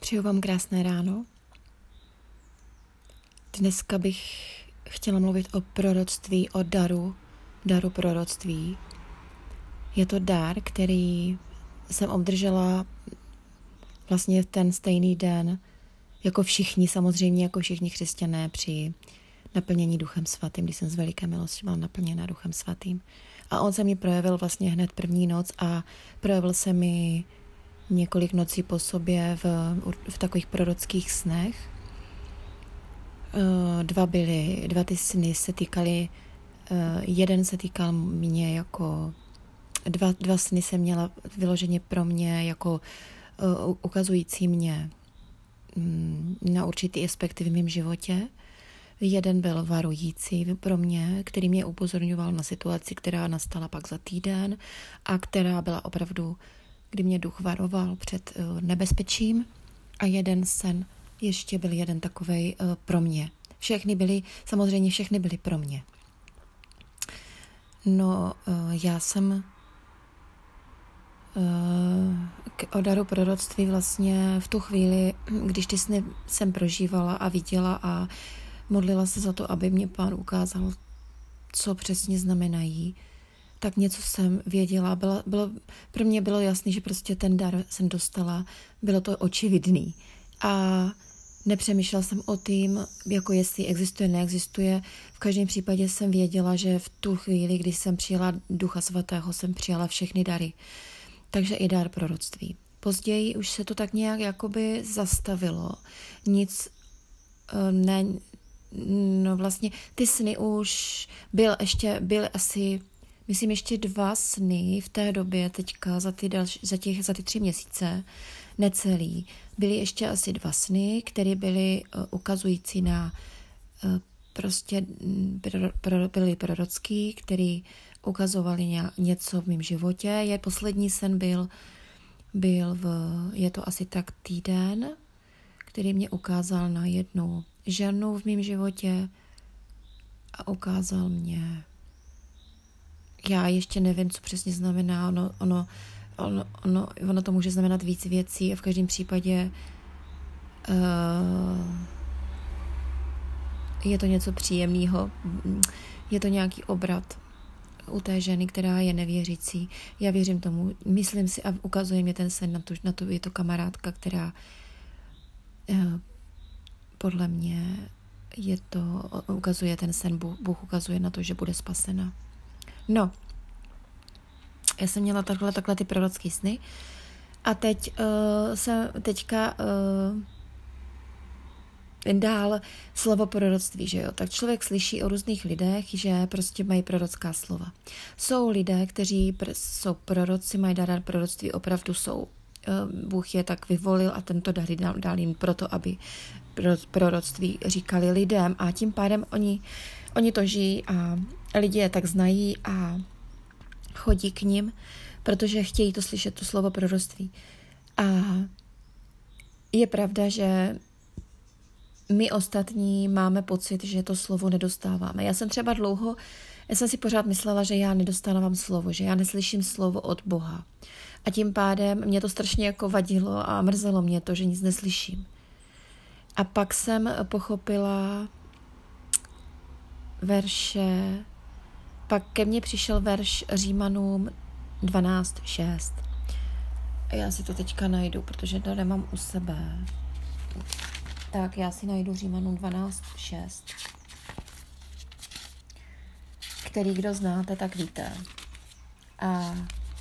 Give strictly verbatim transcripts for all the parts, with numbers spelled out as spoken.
Přeju vám krásné ráno. Dneska bych chtěla mluvit o proroctví, o daru, daru proroctví. Je to dar, který jsem obdržela vlastně v ten stejný den, jako všichni, samozřejmě jako všichni křesťané při naplnění Duchem Svatým, když jsem z veliké milosti byla naplněna Duchem Svatým. A on se mi projevil vlastně hned první noc a projevil se mi několik nocí po sobě v, v takových prorockých snech. Dva byly, dva ty sny se týkaly, jeden se týkal mě jako, dva, dva sny jsem měla vyloženě pro mě jako ukazující mě na určitý aspekt v mém životě. Jeden byl varující pro mě, který mě upozorňoval na situaci, která nastala pak za týden a která byla opravdu, kdy mě duch varoval před nebezpečím. A jeden sen ještě byl jeden takovej pro mě. Všechny byly, samozřejmě všechny byly pro mě. No, já jsem k daru proroctví vlastně v tu chvíli, když ty sny jsem prožívala a viděla a modlila se za to, aby mě Pán ukázal, co přesně znamenají, tak něco jsem věděla. Bylo, bylo, pro mě bylo jasný, že prostě ten dar jsem dostala, bylo to očividný. A nepřemýšlela jsem o tím, jako jestli existuje, neexistuje. V každém případě jsem věděla, že v tu chvíli, když jsem přijala Ducha Svatého, jsem přijala všechny dary. Takže i dar proroctví. Později už se to tak nějak jakoby zastavilo. Nic ne, no vlastně ty sny už byl ještě, byly asi, myslím ještě dva sny v té době teďka za ty, další, za těch, za ty tři měsíce, necelý. Byly ještě asi dva sny, které byly uh, ukazující na uh, prostě pro, pro, byly prorocký, který ukazovali ně, něco v mém životě. Je poslední sen byl, byl v, je to asi tak týden, který mě ukázal na jednu ženu v mém životě a ukázal mě, já ještě nevím, co přesně znamená, ono, ono, ono, ono, ono to může znamenat víc věcí a v každém případě uh, je to něco příjemného, je to nějaký obrat u té ženy, která je nevěřící. Já věřím tomu, myslím si a ukazuje mě ten sen na to, na to je to kamarádka, která uh, podle mě je to, ukazuje ten sen, Bůh, Bůh ukazuje na to, že bude spasena. No, já jsem měla takhle, takhle ty prorocké sny a teď uh, jsem teďka uh, dál slovo proroctví, že jo, tak člověk slyší o různých lidech, že prostě mají prorocká slova. Jsou lidé, kteří pr- jsou proroci, mají dar proroctví, opravdu jsou. Uh, Bůh je tak vyvolil a tento dar dal, dal jim proto, aby proroctví říkali lidem a tím pádem oni, oni to žijí a lidi je tak znají a chodí k nim, protože chtějí to slyšet, to slovo proroctví. A je pravda, že my ostatní máme pocit, že to slovo nedostáváme. Já jsem třeba dlouho, já jsem si pořád myslela, že já nedostávám slovo, že já neslyším slovo od Boha. A tím pádem mě to strašně jako vadilo a mrzelo mě to, že nic neslyším. A pak jsem pochopila verše, pak ke mně přišel verš Římanům dvanáct šest. A já si to teďka najdu, protože to nemám u sebe. Tak já si najdu Římanům dvanáct šest. Který kdo znáte, tak víte. A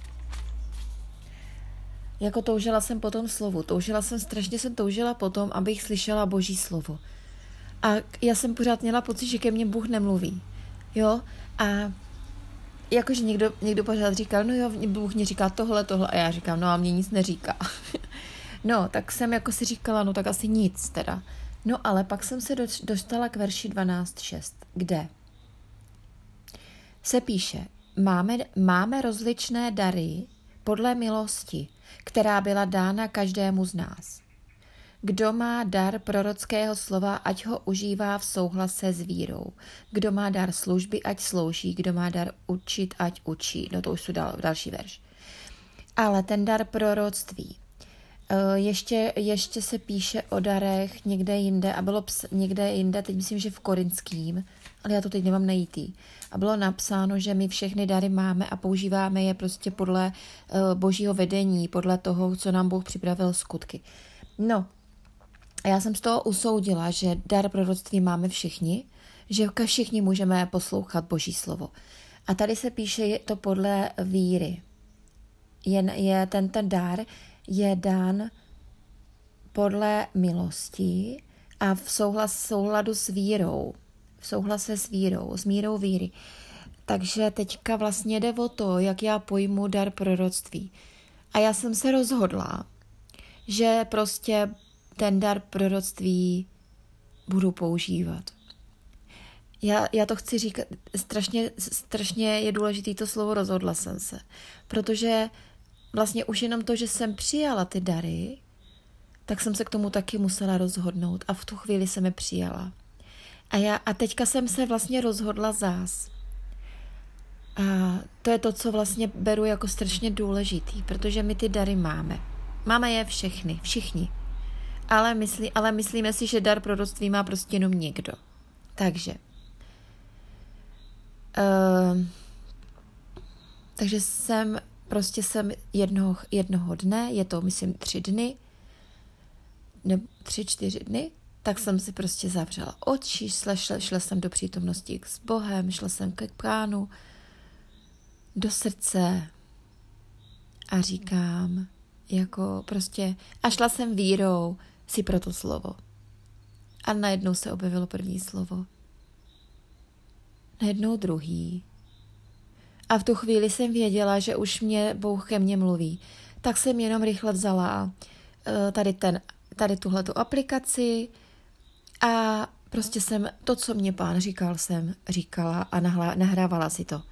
jako toužila jsem po tom slovu. Toužila jsem, strašně jsem toužila po tom, abych slyšela Boží slovo. A já jsem pořád měla pocit, že ke mně Bůh nemluví. Jo? A jakože někdo, někdo pořád říkal, no jo, Bůh mě říká tohle, tohle. A já říkám, no a mě nic neříká. No, tak jsem jako si říkala, no tak asi nic teda. No ale pak jsem se dostala k verši dvanáct šest, kde se píše, máme, máme rozličné dary podle milosti, která byla dána každému z nás. Kdo má dar prorockého slova, ať ho užívá v souhlase s vírou. Kdo má dar služby, ať slouží. Kdo má dar učit, ať učí. No to už jsou dal, další verš. Ale ten dar proroctví Ještě, ještě se píše o darech někde jinde a bylo ps, někde jinde, teď myslím, že v Korinským, ale já to teď nemám najítý. A bylo napsáno, že my všechny dary máme a používáme je prostě podle uh, božího vedení, podle toho, co nám Bůh připravil skutky. No, a já jsem z toho usoudila, že dar proroctví máme všichni, že všichni můžeme poslouchat boží slovo. A tady se píše je to podle víry. Je, je ten, ten dar je dán podle milosti a v souhlas, souhladu s vírou. V souhlase s vírou, s mírou víry. Takže teďka vlastně jde o to, jak já pojmu dar proroctví. A já jsem se rozhodla, že prostě ten dar proroctví budu používat. Já, já to chci říkat, strašně, strašně je důležité to slovo rozhodla jsem se, protože vlastně už jenom to, že jsem přijala ty dary, tak jsem se k tomu taky musela rozhodnout a v tu chvíli jsem je přijala. A, já, a teďka jsem se vlastně rozhodla zás. A to je to, co vlastně beru jako strašně důležitý, protože my ty dary máme. Máme je všechny, všichni. Ale, myslí, ale myslíme si, že dar proroctví má prostě jenom někdo. Takže. Uh, takže jsem, prostě jsem jednoho, jednoho dne, je to myslím tři dny, ne, tři, čtyři dny, tak jsem si prostě zavřela oči, šla, šla, šla jsem do přítomnosti s Bohem, šla jsem k Pánu, do srdce a říkám, jako prostě, a šla jsem vírou si pro to slovo. A najednou se objevilo první slovo. Najednou druhý. A v tu chvíli jsem věděla, že už mě Bůh ke mně mluví. Tak jsem jenom rychle vzala tady, ten, tady tuhletu aplikaci a prostě jsem to, co mě Pán říkal, jsem říkala a nahla, nahrávala si to.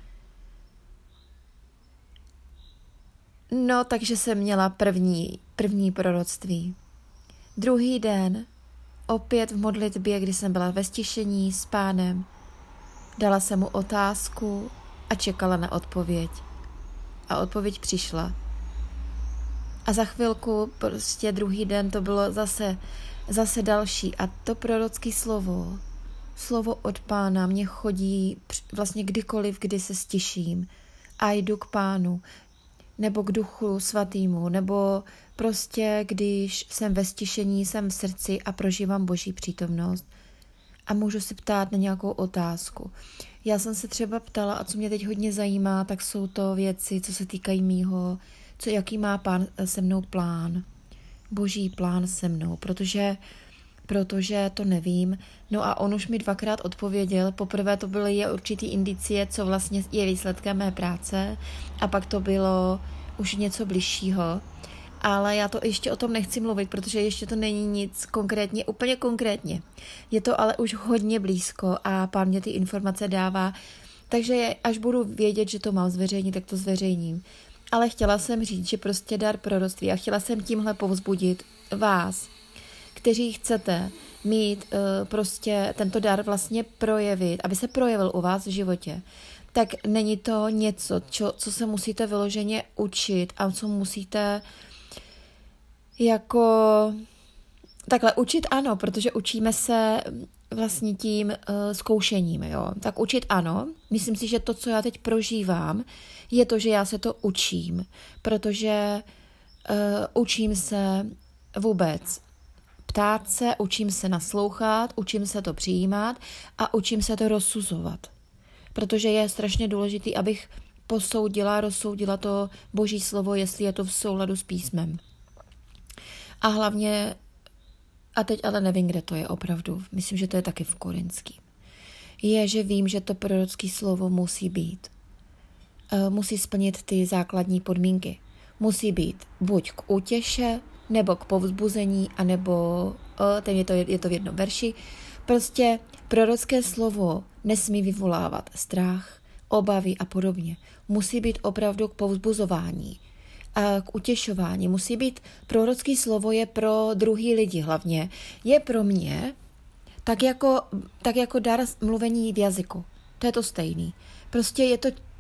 No, takže jsem měla první, první proroctví. Druhý den, opět v modlitbě, kdy jsem byla ve stišení s Pánem, dala jsem mu otázku a čekala na odpověď. A odpověď přišla. A za chvilku, prostě druhý den, to bylo zase, zase další. A to prorocké slovo, slovo od Pána mě chodí vlastně kdykoliv, kdy se stiším a jdu k Pánu, nebo k Duchu Svatýmu, nebo prostě, když jsem ve stišení, jsem v srdci a prožívám Boží přítomnost a můžu se ptát na nějakou otázku. Já jsem se třeba ptala, a co mě teď hodně zajímá, tak jsou to věci, co se týkají mýho, co, jaký má Pán se mnou plán, Boží plán se mnou, protože, protože to nevím. No a on už mi dvakrát odpověděl, poprvé to byly určitý indicie, co vlastně je výsledkem mé práce a pak to bylo už něco bližšího. Ale já to ještě o tom nechci mluvit, protože ještě to není nic konkrétně, úplně konkrétně. Je to ale už hodně blízko a Pán mě ty informace dává, takže až budu vědět, že to mám zveřejnit, tak to zveřejním. Ale chtěla jsem říct, že prostě dar proroctví a chtěla jsem tímhle povzbudit vás, kteří chcete mít uh, prostě tento dar vlastně projevit, aby se projevil u vás v životě, tak není to něco, čo, co se musíte vyloženě učit a co musíte jako takhle učit ano, protože učíme se vlastně tím uh, zkoušením, jo. Tak učit ano, myslím si, že to, co já teď prožívám, je to, že já se to učím, protože uh, učím se vůbec ptát se, učím se naslouchat, učím se to přijímat a učím se to rozsuzovat. Protože je strašně důležité, abych posoudila, rozsoudila to Boží slovo, jestli je to v souladu s písmem. A hlavně, a teď ale nevím, kde to je opravdu, myslím, že to je taky v Korinským, je, že vím, že to prorocké slovo musí být. Musí splnit ty základní podmínky. Musí být buď k útěše, nebo k povzbuzení, anebo, ten je to, je to v jednom verši, prostě prorocké slovo nesmí vyvolávat strach, obavy a podobně. Musí být opravdu k povzbuzování, a k utěšování. Musí být, prorocké slovo je pro druhý lidi hlavně, je pro mě tak jako, tak jako dar mluvení v jazyku. To je to stejný. Prostě je to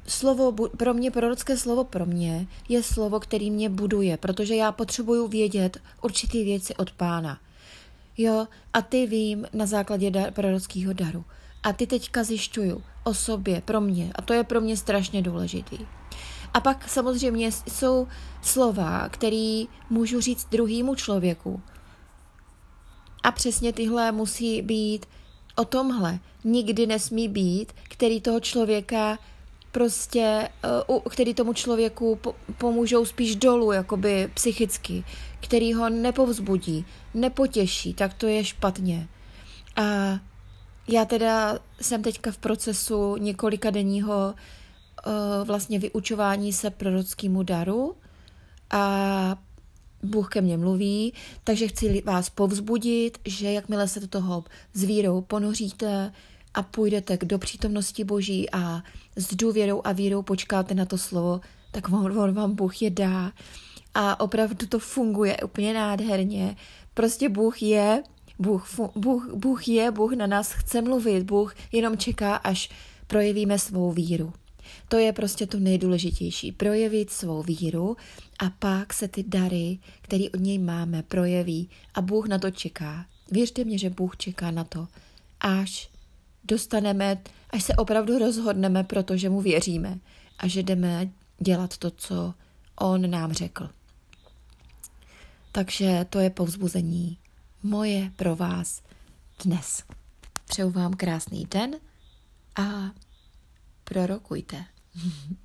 slovo, pro mě, prorocké slovo pro mě je slovo, který mě buduje, protože já potřebuju vědět určitý věci od Pána. Jo, a ty vím na základě dar, prorockého daru. A ty teďka zjišťuju o sobě, pro mě. A to je pro mě strašně důležitý. A pak samozřejmě jsou slova, které můžu říct druhému člověku. A přesně tyhle musí být o tomhle. Nikdy nesmí být, který toho člověka prostě, který tomu člověku pomůžou spíš dolů, jakoby psychicky, který ho nepovzbudí, nepotěší, tak to je špatně. A já teda jsem teďka v procesu několika denního vlastně vyučování se prorockému daru a Bůh ke mně mluví, takže chci vás povzbudit, že jakmile se do toho s vírou ponoříte a půjdete do přítomnosti Boží a s důvěrou a vírou počkáte na to slovo, tak on, on vám Bůh je dá. A opravdu to funguje úplně nádherně. Prostě Bůh je, Bůh, Bůh, Bůh je, Bůh na nás chce mluvit, Bůh jenom čeká, až projevíme svou víru. To je prostě to nejdůležitější, projevit svou víru a pak se ty dary, které od něj máme, projeví a Bůh na to čeká. Věřte mě, že Bůh čeká na to, až dostaneme, až se opravdu rozhodneme, protože mu věříme a že jdeme dělat to, co on nám řekl. Takže to je povzbuzení moje pro vás dnes. Přeju vám krásný den a prorokujte.